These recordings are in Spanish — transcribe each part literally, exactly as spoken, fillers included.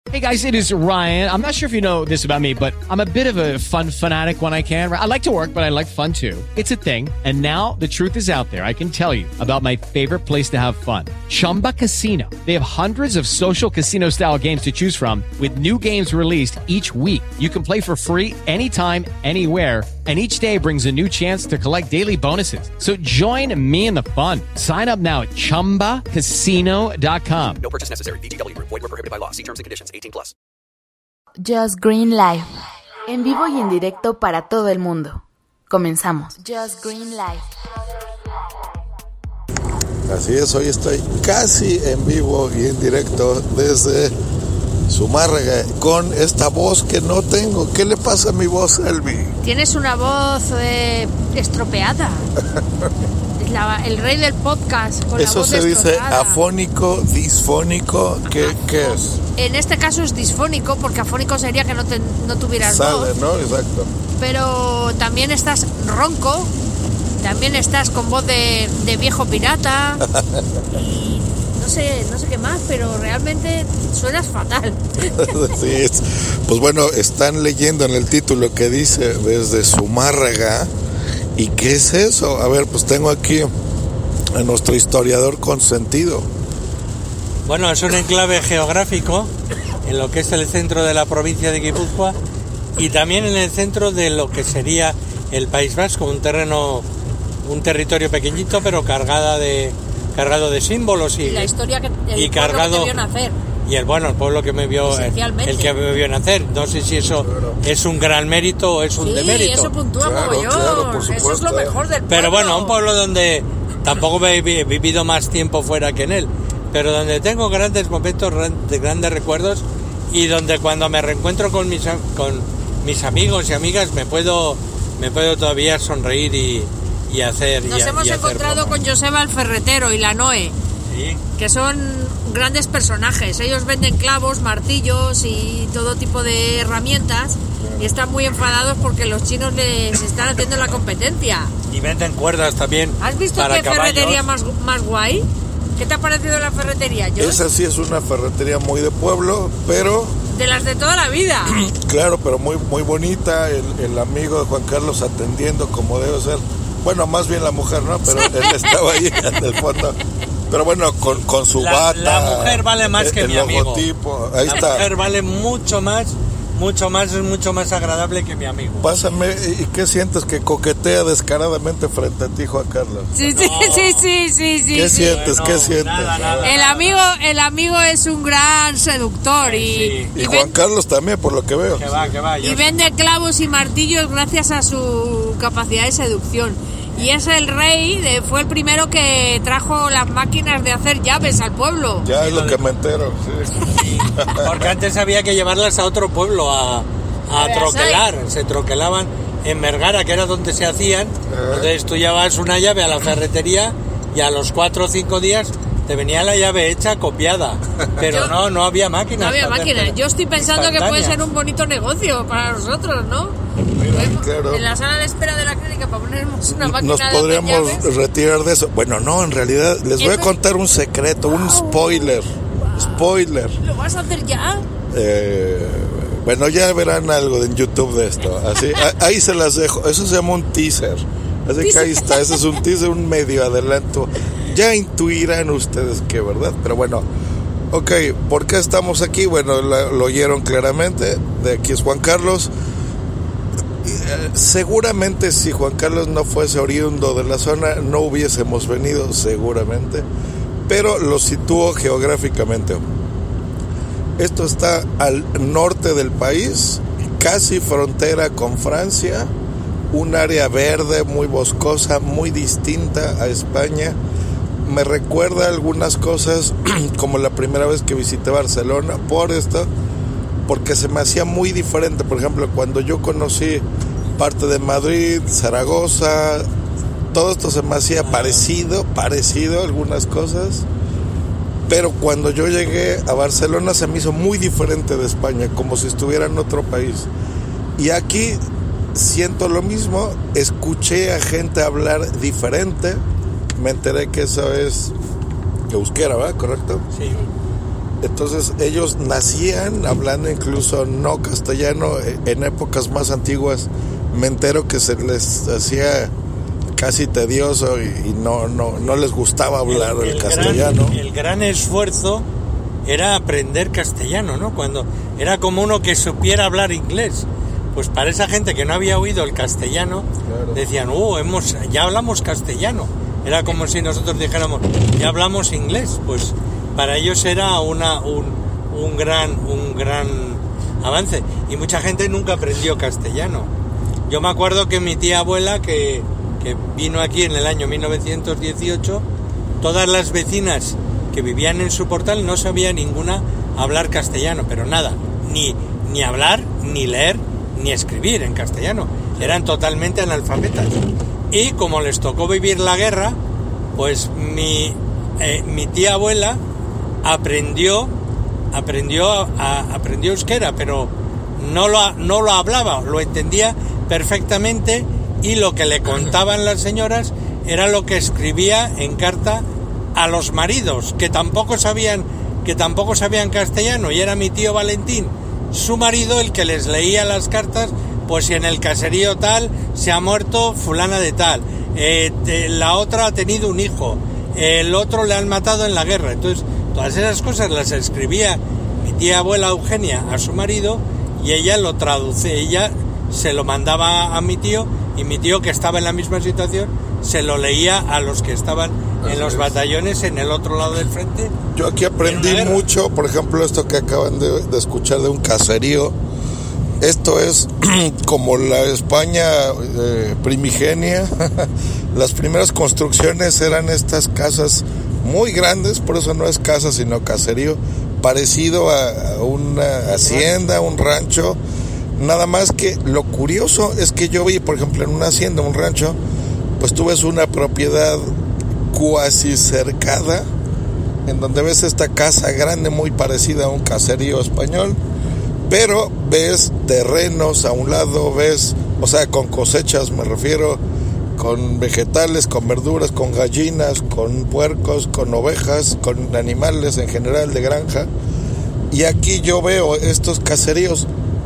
Hey guys, it is Ryan. I'm not sure if you know this about me, but I'm a bit of a fun fanatic when I can. I like to work, but I like fun too. It's a thing. And now the truth is out there. I can tell you about my favorite place to have fun. Chumba Casino. They have hundreds of social casino style games to choose from with new games released each week. You can play for free anytime, anywhere. And each day brings a new chance to collect daily bonuses. So join me in the fun. Sign up now at chumba casino dot com. No purchase necessary. V G W. Void where prohibited by law. See terms and conditions. eighteen plus. Just Green Live. En vivo y en directo para todo el mundo. Comenzamos. Just Green Live. Así es, hoy estoy casi en vivo y en directo desde Zumárraga con esta voz que no tengo. ¿Qué le pasa a mi voz, Elvi? Tienes una voz eh, estropeada. La, el rey del podcast con Eso la voz se dice destrozada. Afónico, disfónico. ¿Qué, ¿Qué es? En este caso es disfónico, porque afónico sería que no, te, no tuvieras Sale, voz. ¿no? Exacto. Pero también estás ronco, también estás con voz de, de viejo pirata y no sé, no sé qué más, pero realmente suenas fatal. Sí, es. Pues bueno, están leyendo en el título que dice desde Zumárraga. ¿Y qué es eso? A ver, pues tengo aquí a nuestro historiador consentido. Bueno, es un enclave geográfico en lo que es el centro de la provincia de Guipúzcoa y también en el centro de lo que sería el País Vasco, un terreno, un territorio pequeñito pero cargada de cargado de símbolos y, y la historia que el y cargado, que te vio nacer. Y el bueno, el pueblo que me vio, el, el que me vio nacer. No sé si eso claro. es un gran mérito o es un sí, demérito. Eso puntúa claro, mogollón. Claro, por eso es lo mejor del pueblo. Pero bueno, un pueblo donde tampoco he vivido más tiempo fuera que en él, pero donde tengo grandes momentos, grandes recuerdos y donde cuando me reencuentro con mis con mis amigos y amigas me puedo me puedo todavía sonreír y, y hacer. Nos y, hemos y encontrado con Joseba el Ferretero y la Noe. ¿Sí? Que son grandes personajes. Ellos venden clavos, martillos y todo tipo de herramientas y están muy enfadados porque los chinos les están haciendo la competencia. Y venden cuerdas también. ¿Has visto para qué caballos? Ferretería más, más guay? ¿Qué te ha parecido la ferretería, Josh? Esa sí es una ferretería muy de pueblo, pero... De las de toda la vida. Claro, pero muy, muy bonita. El, el amigo de Juan Carlos atendiendo como debe ser. Bueno, más bien la mujer, ¿no? Pero él estaba ahí en el fondo. Pero bueno, con, con su la, bata. La mujer vale más el, que el mi logotipo. amigo. Ahí la está. La mujer vale mucho más, mucho más, es mucho más agradable que mi amigo. Pásame, ¿y qué sientes que coquetea descaradamente frente a ti, Juan Carlos? Sí, sí, no. sí, sí, sí, sí. ¿Qué sí. sientes? Bueno, ¿Qué sientes? Nada, nada, El amigo, el amigo es un gran seductor y, sí. Y, y, Juan ven, Carlos también, por lo que veo. Que va, que va. y Yo... vende clavos y martillos gracias a su capacidad de seducción. Y es el rey, de, fue el primero que trajo las máquinas de hacer llaves al pueblo. Ya es lo que me entero, sí. Porque antes había que llevarlas a otro pueblo a, a troquelar. Se troquelaban en Mergara, que era donde se hacían. Entonces tú llevabas una llave a la ferretería y a los cuatro o cinco días te venía la llave hecha copiada. Pero Yo, no, no había máquinas. No había máquinas. Yo estoy pensando que puede ser un bonito negocio para nosotros, ¿no? Mira, claro. En la sala de espera de la clínica para ponernos una máquina Nos de podríamos llaves. retirar de eso. Bueno, no, en realidad les voy a contar un secreto, un spoiler. Spoiler. ¿Lo vas a hacer ya? Eh, bueno, ya verán algo en YouTube de esto. Así, ahí se las dejo. Eso se llama un teaser. Así que ahí está. Ese es un teaser, un medio adelanto. Ya intuirán ustedes que, ¿verdad? Pero bueno, ok, ¿por qué estamos aquí? Bueno, la, lo oyeron claramente. De aquí es Juan Carlos. Eh, seguramente si Juan Carlos no fuese oriundo de la zona, no hubiésemos venido, seguramente. Pero lo sitúo geográficamente. Esto está al norte del país, casi frontera con Francia, un área verde, muy boscosa, muy distinta a España. Me recuerda algunas cosas como la primera vez que visité Barcelona, por esto, porque se me hacía muy diferente. Por ejemplo, cuando yo conocí parte de Madrid, Zaragoza, todo esto se me hacía parecido, parecido a algunas cosas. Pero cuando yo llegué a Barcelona se me hizo muy diferente de España, como si estuviera en otro país. Y aquí siento lo mismo, escuché a gente hablar diferente, me enteré que eso es euskera, ¿verdad? ¿Correcto? Sí. Entonces ellos nacían hablando incluso no castellano. En épocas más antiguas me entero que se les hacía casi tedioso y, y no, no, no les gustaba hablar el, el, el castellano. Gran, el gran esfuerzo era aprender castellano, ¿no? Cuando era como uno que supiera hablar inglés. Pues para esa gente que no había oído el castellano, claro, decían, uh, hemos, ya hablamos castellano. Era como si nosotros dijéramos, ya hablamos inglés. Pues para ellos era una, un, un, gran, un gran avance. Y mucha gente nunca aprendió castellano. Yo me acuerdo que mi tía abuela, que, que vino aquí en el año mil novecientos dieciocho, todas las vecinas que vivían en su portal no sabía ninguna hablar castellano, pero nada, ni, ni hablar, ni leer, ni escribir en castellano. Eran totalmente analfabetas. Y como les tocó vivir la guerra, pues mi, eh, mi tía abuela aprendió, aprendió, a, aprendió euskera, pero no lo, no lo hablaba, lo entendía perfectamente, y lo que le contaban las señoras era lo que escribía en carta a los maridos, que tampoco sabían, que tampoco sabían castellano, y era mi tío Valentín, su marido, el que les leía las cartas. Pues si en el caserío tal se ha muerto fulana de tal, eh, de, la otra ha tenido un hijo, el otro le han matado en la guerra. Entonces todas esas cosas las escribía mi tía abuela Eugenia a su marido, y ella lo traduce, ella se lo mandaba a mi tío, y mi tío, que estaba en la misma situación, se lo leía a los que estaban en los batallones en el otro lado del frente. Yo aquí aprendí mucho, por ejemplo, esto que acaban de, de escuchar de un caserío. Esto es como la España eh, primigenia. Las primeras construcciones eran estas casas muy grandes, por eso no es casa sino caserío, parecido a, a una hacienda, un rancho. Nada más que lo curioso es que yo vi, por ejemplo, en una hacienda, un rancho, pues tú ves una propiedad cuasi cercada, en donde ves esta casa grande muy parecida a un caserío español, pero ves terrenos a un lado, ves, o sea, con cosechas me refiero, con vegetales, con verduras, con gallinas, con puercos, con ovejas, con animales en general de granja. Y aquí yo veo estos caseríos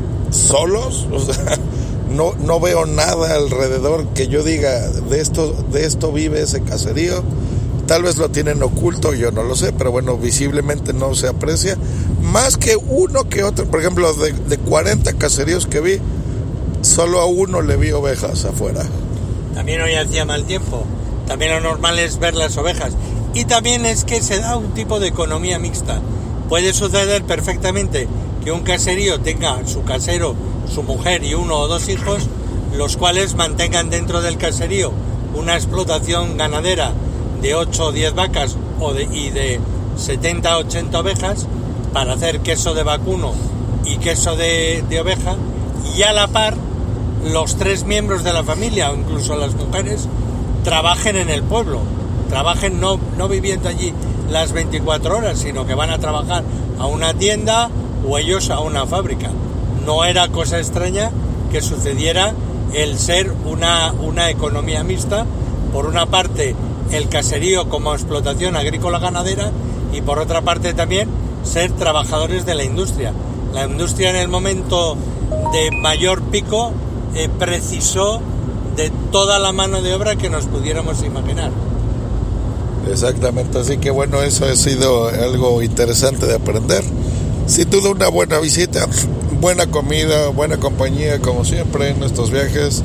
solos, o sea, no, no veo nada alrededor que yo diga, de esto, de esto vive ese caserío. Tal vez lo tienen oculto, yo no lo sé, pero bueno, visiblemente no se aprecia. Más que uno que otro, por ejemplo, de, de cuarenta caseríos que vi, solo a uno le vi ovejas afuera. También hoy hacía mal tiempo, también lo normal es ver las ovejas. Y también es que se da un tipo de economía mixta. Puede suceder perfectamente que un caserío tenga su casero, su mujer y uno o dos hijos, los cuales mantengan dentro del caserío una explotación ganadera de ocho o diez vacas o de, y de setenta a ochenta ovejas para hacer queso de vacuno y queso de, de oveja, y a la par los tres miembros de la familia o incluso las mujeres trabajen en el pueblo, trabajen no, no viviendo allí las veinticuatro horas, sino que van a trabajar a una tienda o ellos a una fábrica. No era cosa extraña que sucediera el ser una, una economía mixta, por una parte el caserío como explotación agrícola ganadera, y por otra parte también ser trabajadores de la industria. La industria en el momento de mayor pico eh, precisó de toda la mano de obra que nos pudiéramos imaginar. Exactamente, así que bueno, eso ha sido algo interesante de aprender. Sin duda una buena visita, buena comida, buena compañía como siempre en estos viajes,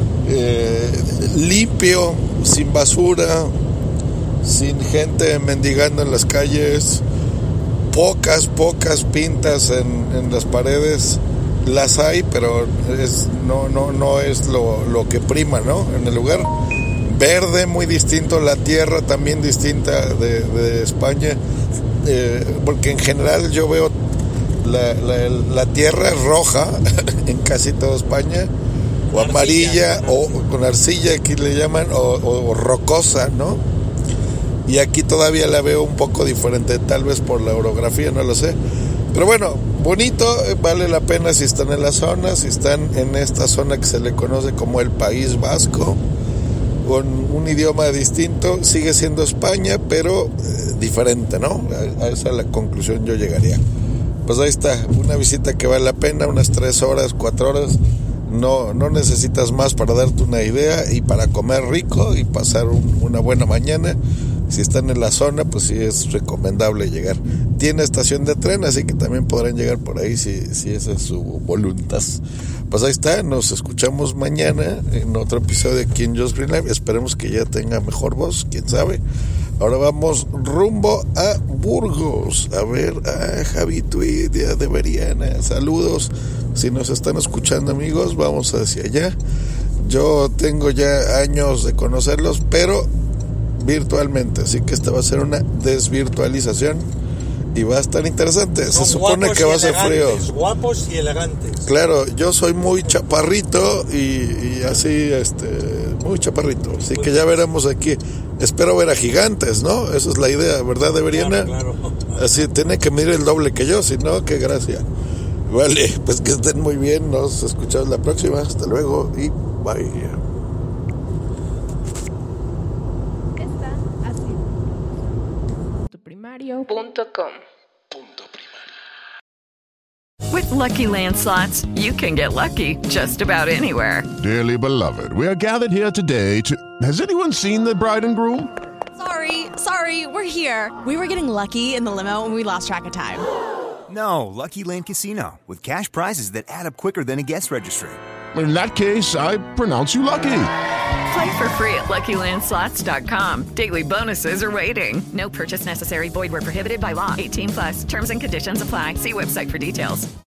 eh, limpio, sin basura, sin gente mendigando en las calles, pocas, pocas pintas en, en las paredes. Las hay, pero es, no, no, no es lo, lo que prima, ¿no? En el lugar. Verde, muy distinto, la tierra también distinta de, de España, eh, porque en general yo veo la, la, la tierra roja en casi toda España, o arcilla, amarilla, ¿no? O con arcilla, aquí le llaman, o, o, o rocosa, ¿no? Y aquí todavía la veo un poco diferente, tal vez por la orografía, no lo sé. Pero bueno, bonito, vale la pena si están en la zona, si están en esta zona que se le conoce como el País Vasco. con un idioma distinto, sigue siendo España, pero eh, diferente, ¿no? A, a esa es la conclusión yo llegaría. Pues ahí está, una visita que vale la pena, unas tres horas, cuatro horas, no, no necesitas más para darte una idea y para comer rico y pasar un, una buena mañana. Si están en la zona, pues sí es recomendable llegar. Tiene estación de tren, así que también podrán llegar por ahí si, si esa es su voluntad. Pues ahí está, nos escuchamos mañana en otro episodio aquí en Just Green Live. Esperemos que ya tenga mejor voz, quién sabe. Ahora vamos rumbo a Burgos, a ver a Javi Tweed de Veriana. Saludos, si nos están escuchando, amigos, vamos hacia allá. Yo tengo ya años de conocerlos, pero virtualmente, así que esta va a ser una desvirtualización y va a estar interesante. Se supone que va a ser frío. Guapos y elegantes. Claro, yo soy muy chaparrito y, y así, este, muy chaparrito, así que ya veremos aquí. Espero ver a gigantes, ¿no? Esa es la idea, ¿verdad, de Veriana? Claro, claro. Así tiene que medir el doble que yo, si no, qué gracia. Vale, pues que estén muy bien, nos escuchamos la próxima, hasta luego y bye. punto com. With Lucky Land Slots, you can get lucky just about anywhere. Dearly beloved, we are gathered here today to... Has anyone seen the bride and groom? Sorry, sorry, we're here. We were getting lucky in the limo and we lost track of time. No, Lucky Land Casino, with cash prizes that add up quicker than a guest registry. In that case, I pronounce you lucky. Play for free at lucky land slots dot com. Daily bonuses are waiting. No purchase necessary. Void where prohibited by law. eighteen plus. Terms and conditions apply. See website for details.